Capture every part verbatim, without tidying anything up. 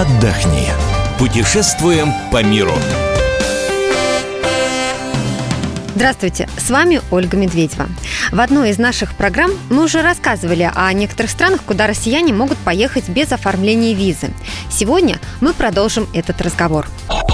отдохни. Путешествуем по миру. Здравствуйте, с вами Ольга Медведева. В одной из наших программ мы уже рассказывали о некоторых странах, куда россияне могут поехать без оформления визы. Сегодня мы продолжим этот разговор.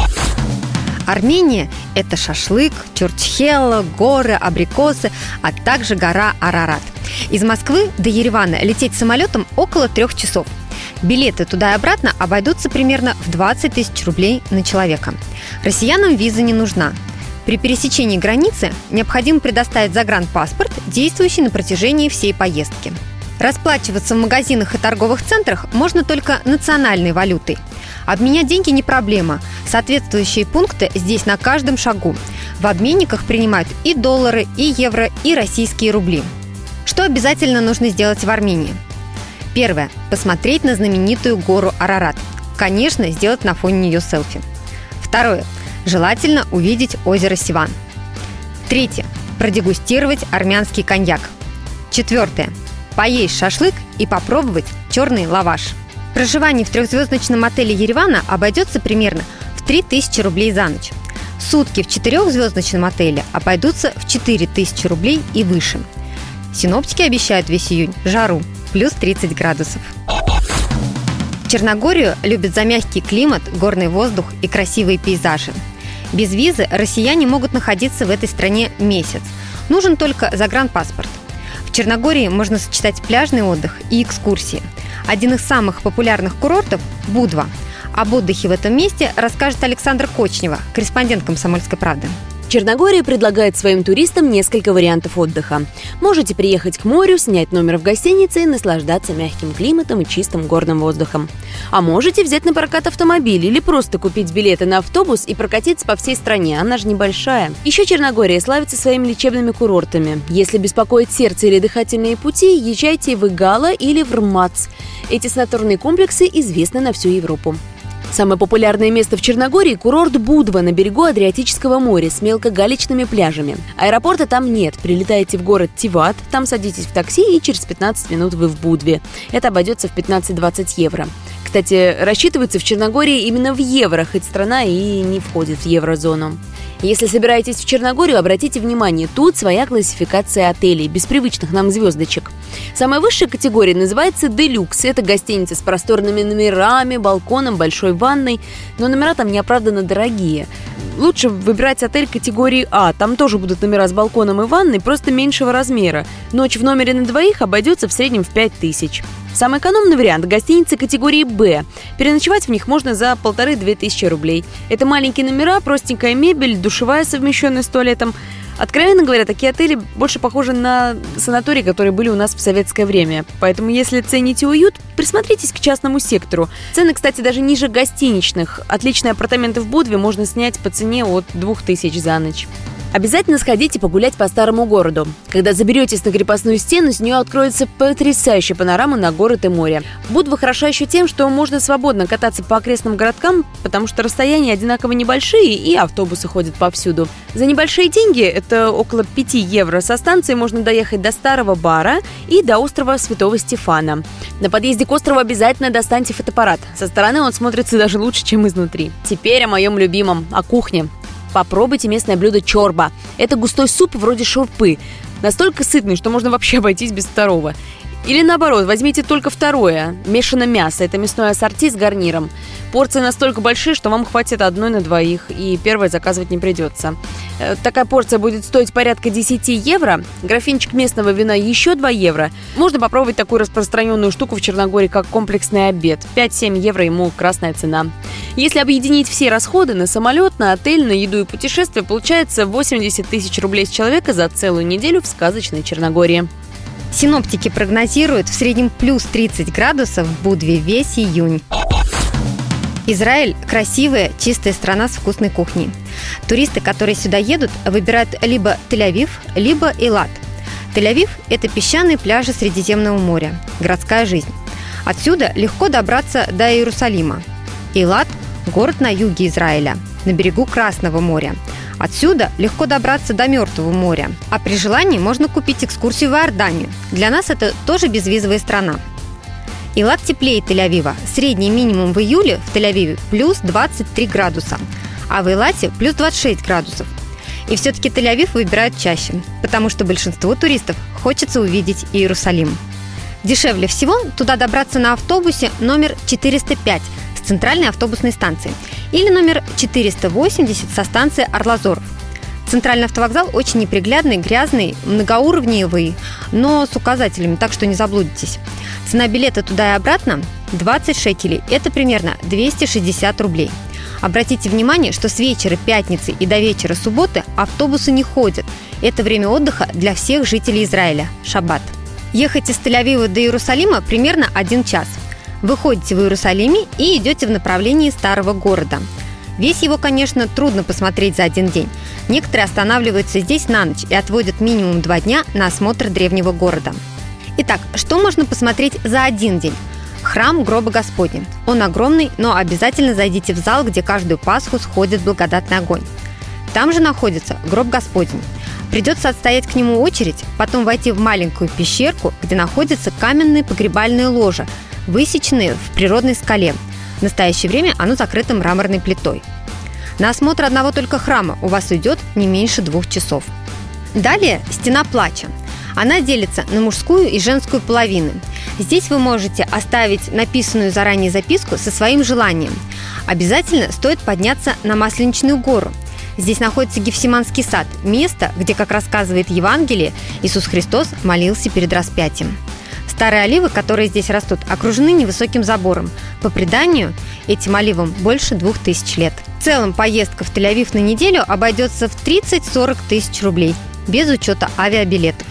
Армения – это шашлык, чурчхела, горы, абрикосы, а также гора Арарат. Из Москвы до Еревана лететь самолетом около трех часов. Билеты туда и обратно обойдутся примерно в двадцать тысяч рублей на человека. Россиянам виза не нужна. При пересечении границы необходимо предоставить загранпаспорт, действующий на протяжении всей поездки. Расплачиваться в магазинах и торговых центрах можно только национальной валютой. Обменять деньги не проблема. Соответствующие пункты здесь на каждом шагу. В обменниках принимают и доллары, и евро, и российские рубли. Что обязательно нужно сделать в Армении? Первое. Посмотреть на знаменитую гору Арарат. Конечно, сделать на фоне нее селфи. Второе. Желательно увидеть озеро Сиван. Третье. Продегустировать армянский коньяк. Четвертое. Поесть шашлык и попробовать черный лаваш. Проживание в трехзвездочном отеле Еревана обойдется примерно в три тысячи рублей за ночь. Сутки в четырехзвездочном отеле обойдутся в четыре тысячи рублей и выше. Синоптики обещают весь июнь жару – плюс тридцать градусов. Черногорию любят за мягкий климат, горный воздух и красивые пейзажи. Без визы россияне могут находиться в этой стране месяц. Нужен только загранпаспорт. В Черногории можно сочетать пляжный отдых и экскурсии. Один из самых популярных курортов – Будва. Об отдыхе в этом месте расскажет Александра Кочнева, корреспондент «Комсомольской правды». Черногория предлагает своим туристам несколько вариантов отдыха. Можете приехать к морю, снять номер в гостинице и наслаждаться мягким климатом и чистым горным воздухом. А можете взять на прокат автомобиль или просто купить билеты на автобус и прокатиться по всей стране, она же небольшая. Еще Черногория славится своими лечебными курортами. Если беспокоит сердце или дыхательные пути, езжайте в Игала или в Рмац. Эти санаторные комплексы известны на всю Европу. Самое популярное место в Черногории – курорт Будва на берегу Адриатического моря с мелкогалечными пляжами. Аэропорта там нет. Прилетаете в город Тиват, там садитесь в такси и через пятнадцать минут вы в Будве. Это обойдется в пятнадцать-двадцать евро. Кстати, рассчитывается в Черногории именно в евро, хоть страна и не входит в еврозону. Если собираетесь в Черногорию, обратите внимание, тут своя классификация отелей, без привычных нам звездочек. Самая высшая категория называется «Делюкс». Это гостиница с просторными номерами, балконом, большой ванной, но номера там неоправданно дорогие. Лучше выбирать отель категории А, там тоже будут номера с балконом и ванной, просто меньшего размера. Ночь в номере на двоих обойдется в среднем в пять тысяч. Самый экономный вариант – гостиницы категории Б. Переночевать в них можно за полторы-две тысячи рублей. Это маленькие номера, простенькая мебель, душевая, совмещенная с туалетом. Откровенно говоря, такие отели больше похожи на санатории, которые были у нас в советское время. Поэтому, если цените уют, присмотритесь к частному сектору. Цены, кстати, даже ниже гостиничных. Отличные апартаменты в Будве можно снять по цене от двух тысяч за ночь. Обязательно сходите погулять по старому городу. Когда заберетесь на крепостную стену, с нее откроется потрясающая панорама на город и море. Будва хороша еще тем, что можно свободно кататься по окрестным городкам, потому что расстояния одинаково небольшие и автобусы ходят повсюду. За небольшие деньги, это около пяти евро, со станции можно доехать до Старого Бара и до острова Святого Стефана. На подъезде к острову обязательно достаньте фотоаппарат. Со стороны он смотрится даже лучше, чем изнутри. Теперь о моем любимом, о кухне. Попробуйте местное блюдо чорба. Это густой суп вроде шурпы. Настолько сытный, что можно вообще обойтись без второго. Или наоборот, возьмите только второе. Мешано мясо. Это мясное ассорти с гарниром. Порции настолько большие, что вам хватит одной на двоих, и первое заказывать не придется. Такая порция будет стоить порядка десять евро. Графинчик местного вина еще два евро. Можно попробовать такую распространенную штуку в Черногории, как комплексный обед. пять-семь евро ему красная цена. Если объединить все расходы на самолет, на отель, на еду и путешествия, получается восемьдесят тысяч рублей с человека за целую неделю в сказочной Черногории. Синоптики прогнозируют в среднем плюс тридцать градусов в Будве весь июнь. Израиль – красивая, чистая страна с вкусной кухней. Туристы, которые сюда едут, выбирают либо Тель-Авив, либо Эйлат. Тель-Авив – это песчаные пляжи Средиземного моря, городская жизнь. Отсюда легко добраться до Иерусалима. Эйлат – город на юге Израиля, на берегу Красного моря. Отсюда легко добраться до Мертвого моря, а при желании можно купить экскурсию в Иорданию. Для нас это тоже безвизовая страна. Илат теплее Тель-Авива. Средний минимум в июле в Тель-Авиве плюс двадцать три градуса, а в Илате плюс двадцать шесть градусов. И все-таки Тель-Авив выбирают чаще, потому что большинству туристов хочется увидеть Иерусалим. Дешевле всего туда добраться на автобусе номер четыреста пять с центральной автобусной станции или номер четыреста восемьдесят со станции Арлазоров. Центральный автовокзал очень неприглядный, грязный, многоуровневый, но с указателями, так что не заблудитесь. Цена билета туда и обратно двадцать шекелей, это примерно двести шестьдесят рублей. Обратите внимание, что с вечера пятницы и до вечера субботы автобусы не ходят. Это время отдыха для всех жителей Израиля – шаббат. Ехать из Тель-Авива до Иерусалима примерно один час. Выходите в Иерусалиме и идете в направлении старого города. Весь его, конечно, трудно посмотреть за один день. Некоторые останавливаются здесь на ночь и отводят минимум два дня на осмотр древнего города. Итак, что можно посмотреть за один день? Храм Гроба Господня. Он огромный, но обязательно зайдите в зал, где каждую Пасху сходит благодатный огонь. Там же находится Гроб Господень. Придется отстоять к нему очередь, потом войти в маленькую пещерку, где находятся каменные погребальные ложа, высеченные в природной скале. В настоящее время оно закрыто мраморной плитой. На осмотр одного только храма у вас уйдет не меньше двух часов. Далее стена плача. Она делится на мужскую и женскую половины. Здесь вы можете оставить написанную заранее записку со своим желанием. Обязательно стоит подняться на Масленичную гору. Здесь находится Гефсиманский сад, место, где, как рассказывает Евангелие, Иисус Христос молился перед распятием. Старые оливы, которые здесь растут, окружены невысоким забором. По преданию, этим оливам больше двух тысяч лет. В целом, поездка в Тель-Авив на неделю обойдется в тридцать-сорок тысяч рублей, без учета авиабилетов.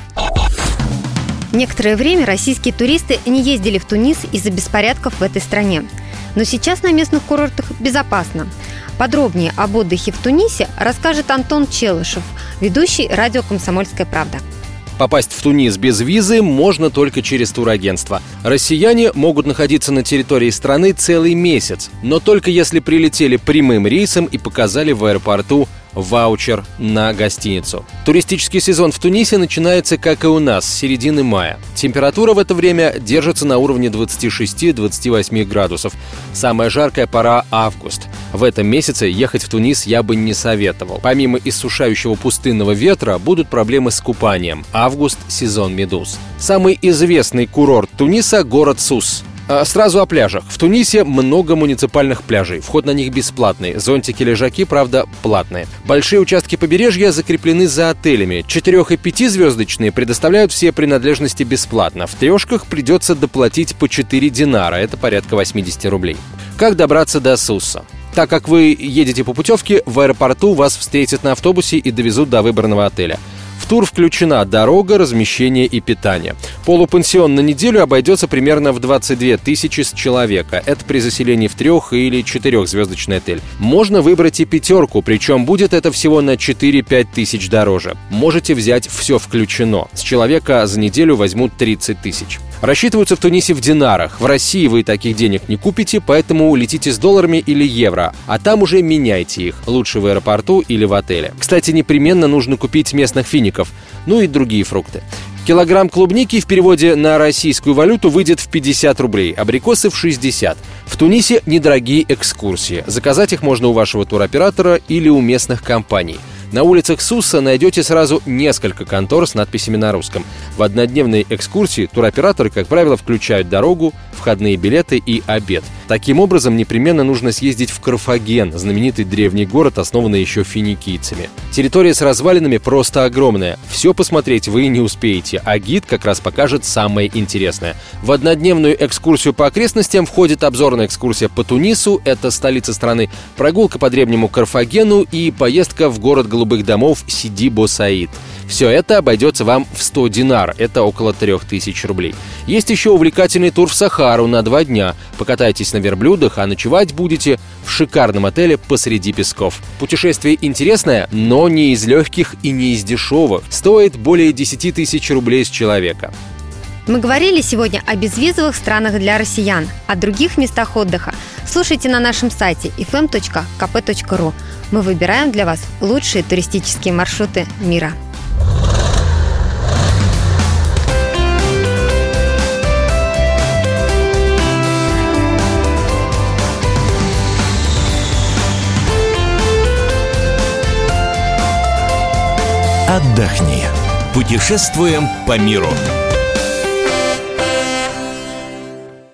Некоторое время российские туристы не ездили в Тунис из-за беспорядков в этой стране. Но сейчас на местных курортах безопасно. Подробнее об отдыхе в Тунисе расскажет Антон Челышев, ведущий радио «Комсомольская правда». Попасть в Тунис без визы можно только через турагентство. Россияне могут находиться на территории страны целый месяц, но только если прилетели прямым рейсом и показали в аэропорту ваучер на гостиницу. Туристический сезон в Тунисе начинается, как и у нас, с середины мая. Температура в это время держится на уровне двадцать шесть - двадцать восемь градусов. Самая жаркая пора – август. В этом месяце ехать в Тунис я бы не советовал. Помимо иссушающего пустынного ветра, будут проблемы с купанием. Август – сезон медуз. Самый известный курорт Туниса – город Сус. Сразу о пляжах. В Тунисе много муниципальных пляжей. Вход на них бесплатный. Зонтики, лежаки, правда, платные. Большие участки побережья закреплены за отелями. Четырех- и пятизвездочные предоставляют все принадлежности бесплатно. В трешках придется доплатить по четыре динара. Это порядка восемьдесят рублей. Как добраться до Суса? Так как вы едете по путевке, в аэропорту вас встретят на автобусе и довезут до выбранного отеля. В тур включена дорога, размещение и питание. Полупансион на неделю обойдется примерно в двадцать две тысячи с человека. Это при заселении в трех- или четырехзвездочный отель. Можно выбрать и пятерку, причем будет это всего на четыре-пять тысяч дороже. Можете взять все включено. С человека за неделю возьмут тридцать тысяч. Рассчитываются в Тунисе в динарах. В России вы таких денег не купите, поэтому летите с долларами или евро, а там уже меняйте их. Лучше в аэропорту или в отеле. Кстати, непременно нужно купить местных фиников, ну и другие фрукты. Килограмм клубники в переводе на российскую валюту выйдет в пятьдесят рублей, абрикосы в шестьдесят. В Тунисе недорогие экскурсии. Заказать их можно у вашего туроператора или у местных компаний. На улицах Суса найдете сразу несколько контор с надписями на русском. В однодневной экскурсии туроператоры, как правило, включают дорогу, входные билеты и обед. Таким образом, непременно нужно съездить в Карфаген, знаменитый древний город, основанный еще финикийцами. Территория с развалинами просто огромная. Все посмотреть вы не успеете, а гид как раз покажет самое интересное. В однодневную экскурсию по окрестностям входит обзорная экскурсия по Тунису, это столица страны, прогулка по древнему Карфагену и поездка в город голубых домов Сиди-Бо-Саид. Все это обойдется вам в сто динар, это около трех тысяч рублей. Есть еще увлекательный тур в Сахару на два дня. Покатайтесь на верблюдах, а ночевать будете в шикарном отеле посреди песков. Путешествие интересное, но не из легких и не из дешевых. Стоит более десять тысяч рублей с человека. Мы говорили сегодня о безвизовых странах для россиян, о других местах отдыха. Слушайте на нашем сайте эф эм точка ка пэ точка ру. Мы выбираем для вас лучшие туристические маршруты мира. отдохни. Путешествуем по миру.